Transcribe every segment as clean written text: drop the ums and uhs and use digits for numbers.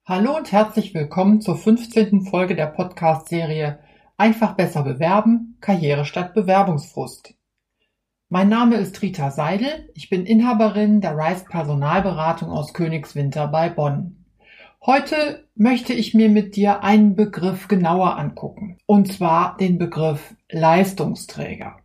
Hallo und herzlich willkommen zur 15. Folge der Podcast-Serie Einfach besser bewerben, Karriere statt Bewerbungsfrust. Mein Name ist Rita Seidel, ich bin Inhaberin der Rise Personalberatung aus Königswinter bei Bonn. Heute möchte ich mir mit dir einen Begriff genauer angucken, und zwar den Begriff Leistungsträger.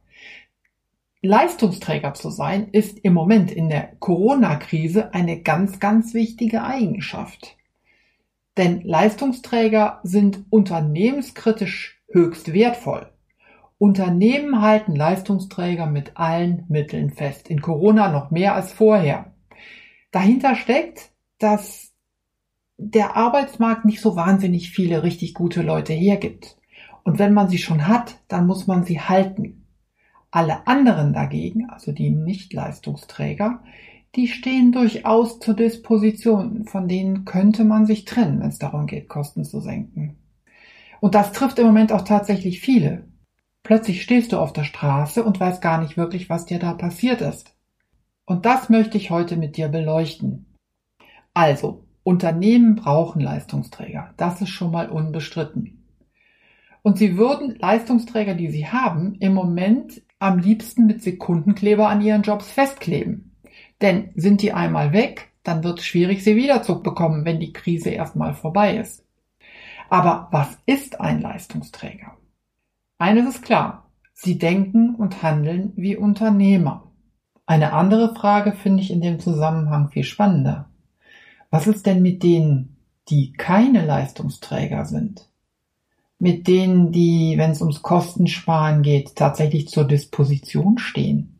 Leistungsträger zu sein ist im Moment in der Corona-Krise eine ganz, ganz wichtige Eigenschaft. Denn Leistungsträger sind unternehmenskritisch höchst wertvoll. Unternehmen halten Leistungsträger mit allen Mitteln fest, in Corona noch mehr als vorher. Dahinter steckt, dass der Arbeitsmarkt nicht so wahnsinnig viele richtig gute Leute hergibt. Und wenn man sie schon hat, dann muss man sie halten. Alle anderen dagegen, also die Nicht-Leistungsträger, die stehen durchaus zur Disposition, von denen könnte man sich trennen, wenn es darum geht, Kosten zu senken. Und das trifft im Moment auch tatsächlich viele. Plötzlich stehst du auf der Straße und weißt gar nicht wirklich, was dir da passiert ist. Und das möchte ich heute mit dir beleuchten. Also, Unternehmen brauchen Leistungsträger. Das ist schon mal unbestritten. Und sie würden Leistungsträger, die sie haben, im Moment am liebsten mit Sekundenkleber an ihren Jobs festkleben. Denn sind die einmal weg, dann wird es schwierig, sie wiederzubekommen, wenn die Krise erstmal vorbei ist. Aber was ist ein Leistungsträger? Eines ist klar, sie denken und handeln wie Unternehmer. Eine andere Frage finde ich in dem Zusammenhang viel spannender. Was ist denn mit denen, die keine Leistungsträger sind? Mit denen, die, wenn es ums Kostensparen geht, tatsächlich zur Disposition stehen?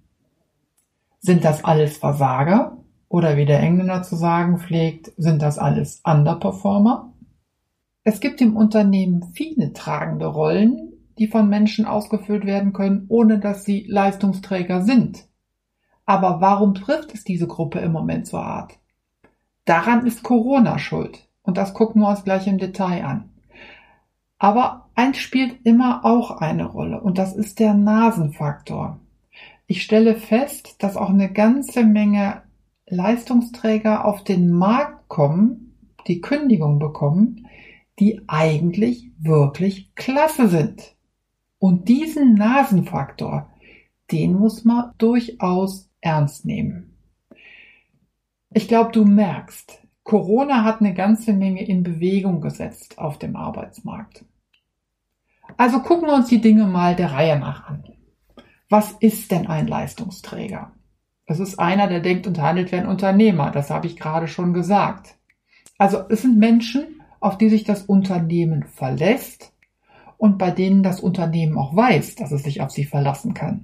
Sind das alles Versager? Oder wie der Engländer zu sagen pflegt, sind das alles Underperformer? Es gibt im Unternehmen viele tragende Rollen, die von Menschen ausgefüllt werden können, ohne dass sie Leistungsträger sind. Aber warum trifft es diese Gruppe im Moment so hart? Daran ist Corona schuld. Und das gucken wir uns gleich im Detail an. Aber eins spielt immer auch eine Rolle, und das ist der Nasenfaktor. Ich stelle fest, dass auch eine ganze Menge Leistungsträger auf den Markt kommen, die Kündigung bekommen, die eigentlich wirklich klasse sind. Und diesen Nasenfaktor, den muss man durchaus ernst nehmen. Ich glaube, du merkst, Corona hat eine ganze Menge in Bewegung gesetzt auf dem Arbeitsmarkt. Also gucken wir uns die Dinge mal der Reihe nach an. Was ist denn ein Leistungsträger? Es ist einer, der denkt und handelt wie ein Unternehmer. Das habe ich gerade schon gesagt. Also es sind Menschen, auf die sich das Unternehmen verlässt und bei denen das Unternehmen auch weiß, dass es sich auf sie verlassen kann.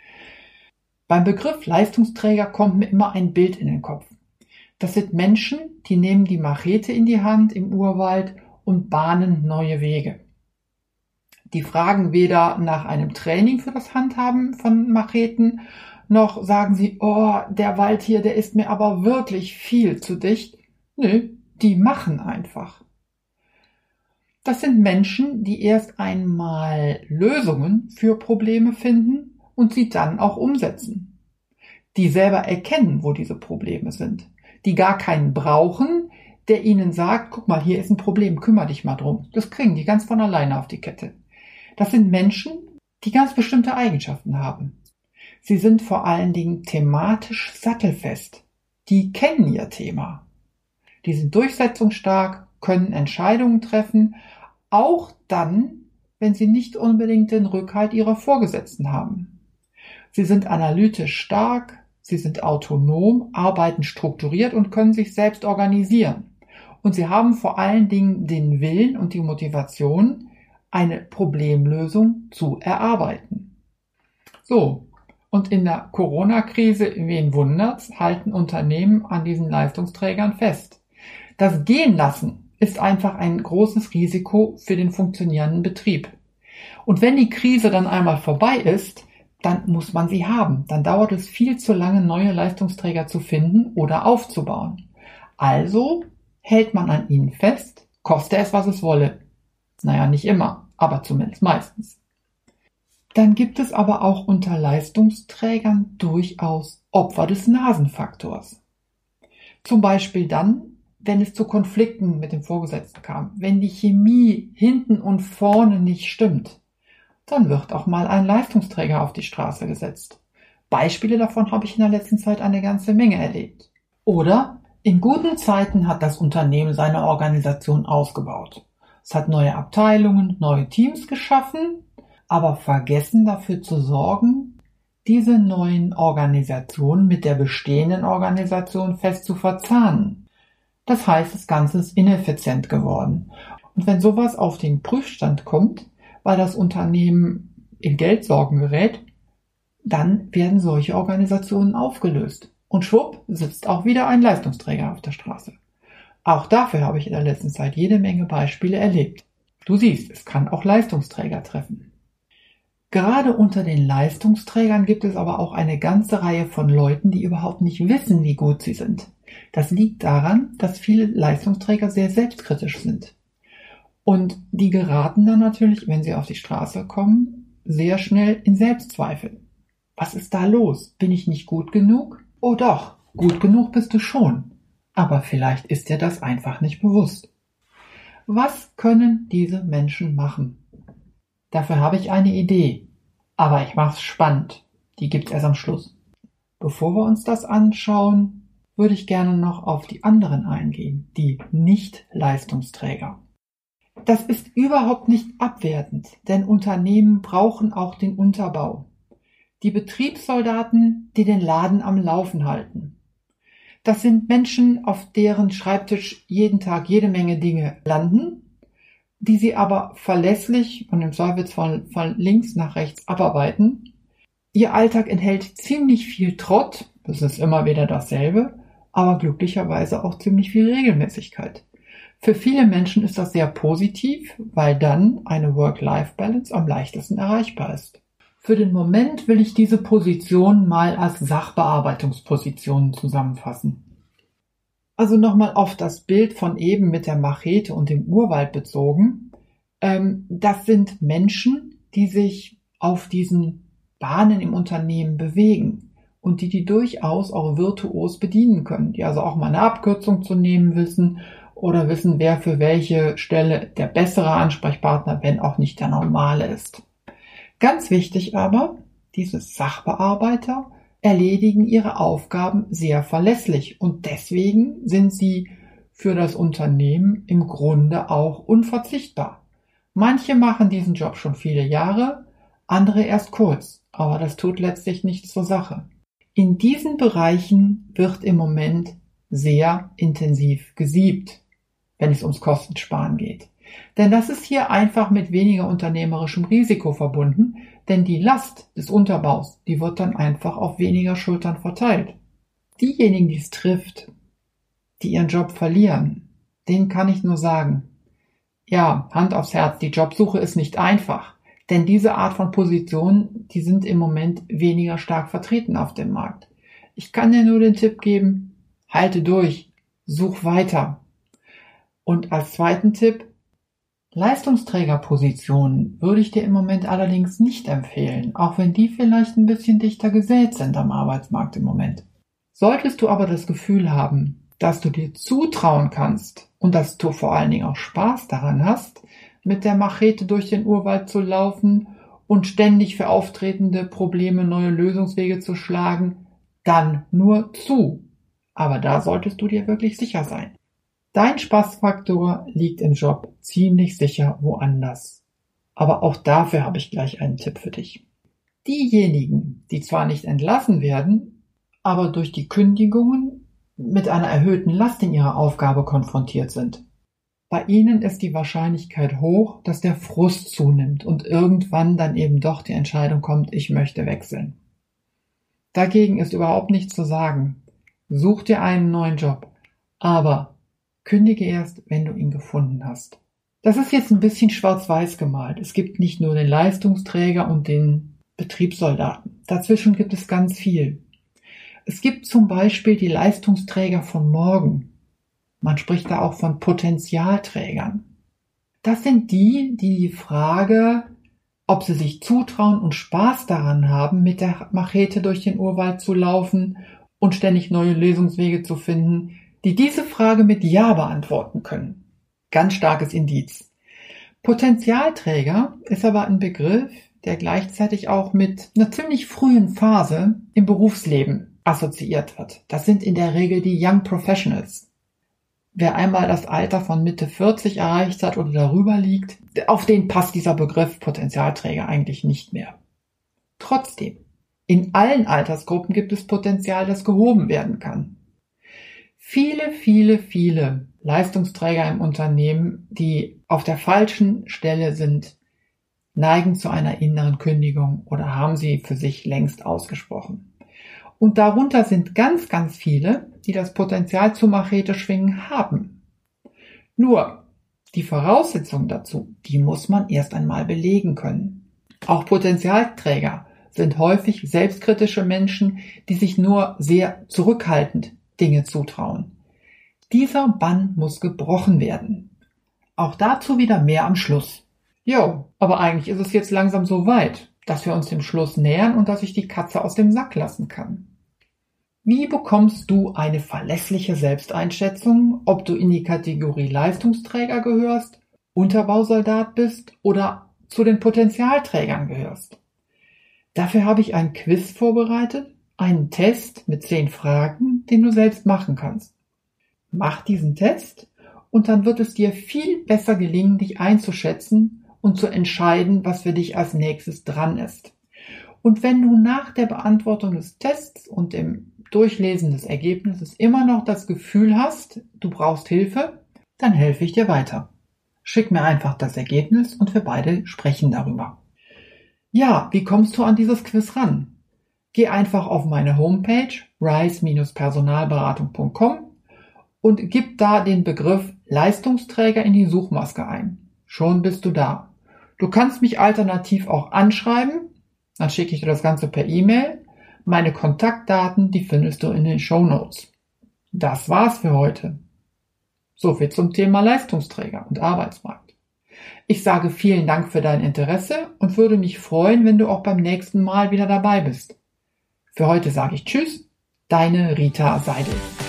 Beim Begriff Leistungsträger kommt mir immer ein Bild in den Kopf. Das sind Menschen, die nehmen die Machete in die Hand im Urwald und bahnen neue Wege. Die fragen weder nach einem Training für das Handhaben von Macheten, noch sagen sie, oh, der Wald hier, der ist mir aber wirklich viel zu dicht. Nö, die machen einfach. Das sind Menschen, die erst einmal Lösungen für Probleme finden und sie dann auch umsetzen. Die selber erkennen, wo diese Probleme sind. Die gar keinen brauchen, der ihnen sagt, guck mal, hier ist ein Problem, kümmere dich mal drum. Das kriegen die ganz von alleine auf die Kette. Das sind Menschen, die ganz bestimmte Eigenschaften haben. Sie sind vor allen Dingen thematisch sattelfest. Die kennen ihr Thema. Die sind durchsetzungsstark, können Entscheidungen treffen, auch dann, wenn sie nicht unbedingt den Rückhalt ihrer Vorgesetzten haben. Sie sind analytisch stark, sie sind autonom, arbeiten strukturiert und können sich selbst organisieren. Und sie haben vor allen Dingen den Willen und die Motivation, eine Problemlösung zu erarbeiten. So, und in der Corona-Krise, wen wundert's, halten Unternehmen an diesen Leistungsträgern fest. Das Gehenlassen ist einfach ein großes Risiko für den funktionierenden Betrieb. Und wenn die Krise dann einmal vorbei ist, dann muss man sie haben. Dann dauert es viel zu lange, neue Leistungsträger zu finden oder aufzubauen. Also hält man an ihnen fest, koste es, was es wolle. Naja, nicht immer, aber zumindest meistens. Dann gibt es aber auch unter Leistungsträgern durchaus Opfer des Nasenfaktors. Zum Beispiel dann, wenn es zu Konflikten mit dem Vorgesetzten kam, wenn die Chemie hinten und vorne nicht stimmt, dann wird auch mal ein Leistungsträger auf die Straße gesetzt. Beispiele davon habe ich in der letzten Zeit eine ganze Menge erlebt. Oder in guten Zeiten hat das Unternehmen seine Organisation ausgebaut. Es hat neue Abteilungen, neue Teams geschaffen, aber vergessen dafür zu sorgen, diese neuen Organisationen mit der bestehenden Organisation fest zu verzahnen. Das heißt, das Ganze ist ineffizient geworden. Und wenn sowas auf den Prüfstand kommt, weil das Unternehmen in Geldsorgen gerät, dann werden solche Organisationen aufgelöst. Und schwupp sitzt auch wieder ein Leistungsträger auf der Straße. Auch dafür habe ich in der letzten Zeit jede Menge Beispiele erlebt. Du siehst, es kann auch Leistungsträger treffen. Gerade unter den Leistungsträgern gibt es aber auch eine ganze Reihe von Leuten, die überhaupt nicht wissen, wie gut sie sind. Das liegt daran, dass viele Leistungsträger sehr selbstkritisch sind. Und die geraten dann natürlich, wenn sie auf die Straße kommen, sehr schnell in Selbstzweifel. Was ist da los? Bin ich nicht gut genug? Oh doch, gut genug bist du schon. Aber vielleicht ist dir das einfach nicht bewusst. Was können diese Menschen machen? Dafür habe ich eine Idee. Aber ich mache es spannend. Die gibt's erst am Schluss. Bevor wir uns das anschauen, würde ich gerne noch auf die anderen eingehen, die Nicht-Leistungsträger. Das ist überhaupt nicht abwertend, denn Unternehmen brauchen auch den Unterbau. Die Betriebssoldaten, die den Laden am Laufen halten. Das sind Menschen, auf deren Schreibtisch jeden Tag jede Menge Dinge landen, die sie aber verlässlich und im Zweifelsfall von links nach rechts abarbeiten. Ihr Alltag enthält ziemlich viel Trott, das ist immer wieder dasselbe, aber glücklicherweise auch ziemlich viel Regelmäßigkeit. Für viele Menschen ist das sehr positiv, weil dann eine Work-Life-Balance am leichtesten erreichbar ist. Für den Moment will ich diese Position mal als Sachbearbeitungspositionen zusammenfassen. Also nochmal auf das Bild von eben mit der Machete und dem Urwald bezogen. Das sind Menschen, die sich auf diesen Bahnen im Unternehmen bewegen und die durchaus auch virtuos bedienen können, die also auch mal eine Abkürzung zu nehmen wissen oder wissen, wer für welche Stelle der bessere Ansprechpartner, wenn auch nicht der normale ist. Ganz wichtig aber, diese Sachbearbeiter erledigen ihre Aufgaben sehr verlässlich und deswegen sind sie für das Unternehmen im Grunde auch unverzichtbar. Manche machen diesen Job schon viele Jahre, andere erst kurz, aber das tut letztlich nichts zur Sache. In diesen Bereichen wird im Moment sehr intensiv gesiebt, wenn es ums Kostensparen geht. Denn das ist hier einfach mit weniger unternehmerischem Risiko verbunden, denn die Last des Unterbaus, die wird dann einfach auf weniger Schultern verteilt. Diejenigen, die es trifft, die ihren Job verlieren, denen kann ich nur sagen, ja, Hand aufs Herz, die Jobsuche ist nicht einfach, denn diese Art von Positionen, die sind im Moment weniger stark vertreten auf dem Markt. Ich kann dir nur den Tipp geben, halte durch, such weiter. Und als zweiten Tipp, Leistungsträgerpositionen würde ich dir im Moment allerdings nicht empfehlen, auch wenn die vielleicht ein bisschen dichter gesät sind am Arbeitsmarkt im Moment. Solltest du aber das Gefühl haben, dass du dir zutrauen kannst und dass du vor allen Dingen auch Spaß daran hast, mit der Machete durch den Urwald zu laufen und ständig für auftretende Probleme neue Lösungswege zu schlagen, dann nur zu. Aber da solltest du dir wirklich sicher sein. Dein Spaßfaktor liegt im Job ziemlich sicher woanders. Aber auch dafür habe ich gleich einen Tipp für dich. Diejenigen, die zwar nicht entlassen werden, aber durch die Kündigungen mit einer erhöhten Last in ihrer Aufgabe konfrontiert sind. Bei ihnen ist die Wahrscheinlichkeit hoch, dass der Frust zunimmt und irgendwann dann eben doch die Entscheidung kommt, ich möchte wechseln. Dagegen ist überhaupt nichts zu sagen. Such dir einen neuen Job, aber kündige erst, wenn du ihn gefunden hast. Das ist jetzt ein bisschen schwarz-weiß gemalt. Es gibt nicht nur den Leistungsträger und den Betriebssoldaten. Dazwischen gibt es ganz viel. Es gibt zum Beispiel die Leistungsträger von morgen. Man spricht da auch von Potenzialträgern. Das sind die Frage, ob sie sich zutrauen und Spaß daran haben, mit der Machete durch den Urwald zu laufen und ständig neue Lösungswege zu finden, die diese Frage mit Ja beantworten können. Ganz starkes Indiz. Potenzialträger ist aber ein Begriff, der gleichzeitig auch mit einer ziemlich frühen Phase im Berufsleben assoziiert wird. Das sind in der Regel die Young Professionals. Wer einmal das Alter von Mitte 40 erreicht hat oder darüber liegt, auf den passt dieser Begriff Potenzialträger eigentlich nicht mehr. Trotzdem, in allen Altersgruppen gibt es Potenzial, das gehoben werden kann. Viele Leistungsträger im Unternehmen, die auf der falschen Stelle sind, neigen zu einer inneren Kündigung oder haben sie für sich längst ausgesprochen. Und darunter sind ganz viele, die das Potenzial zu Machete-Schwingen haben. Nur, die Voraussetzungen dazu, die muss man erst einmal belegen können. Auch Potenzialträger sind häufig selbstkritische Menschen, die sich nur sehr zurückhaltend Dinge zutrauen. Dieser Bann muss gebrochen werden. Auch dazu wieder mehr am Schluss. Jo, aber eigentlich ist es jetzt langsam so weit, dass wir uns dem Schluss nähern und dass ich die Katze aus dem Sack lassen kann. Wie bekommst du eine verlässliche Selbsteinschätzung, ob du in die Kategorie Leistungsträger gehörst, Unterbausoldat bist oder zu den Potenzialträgern gehörst? Dafür habe ich ein Quiz vorbereitet, einen Test mit 10 Fragen, den du selbst machen kannst. Mach diesen Test und dann wird es dir viel besser gelingen, dich einzuschätzen und zu entscheiden, was für dich als nächstes dran ist. Und wenn du nach der Beantwortung des Tests und dem Durchlesen des Ergebnisses immer noch das Gefühl hast, du brauchst Hilfe, dann helfe ich dir weiter. Schick mir einfach das Ergebnis und wir beide sprechen darüber. Ja, wie kommst du an dieses Quiz ran? Geh einfach auf meine Homepage rise-personalberatung.com und gib da den Begriff Leistungsträger in die Suchmaske ein. Schon bist du da. Du kannst mich alternativ auch anschreiben, dann schicke ich dir das Ganze per E-Mail. Meine Kontaktdaten, die findest du in den Shownotes. Das war's für heute. So viel zum Thema Leistungsträger und Arbeitsmarkt. Ich sage vielen Dank für dein Interesse und würde mich freuen, wenn du auch beim nächsten Mal wieder dabei bist. Für heute sage ich Tschüss, deine Rita Seidel.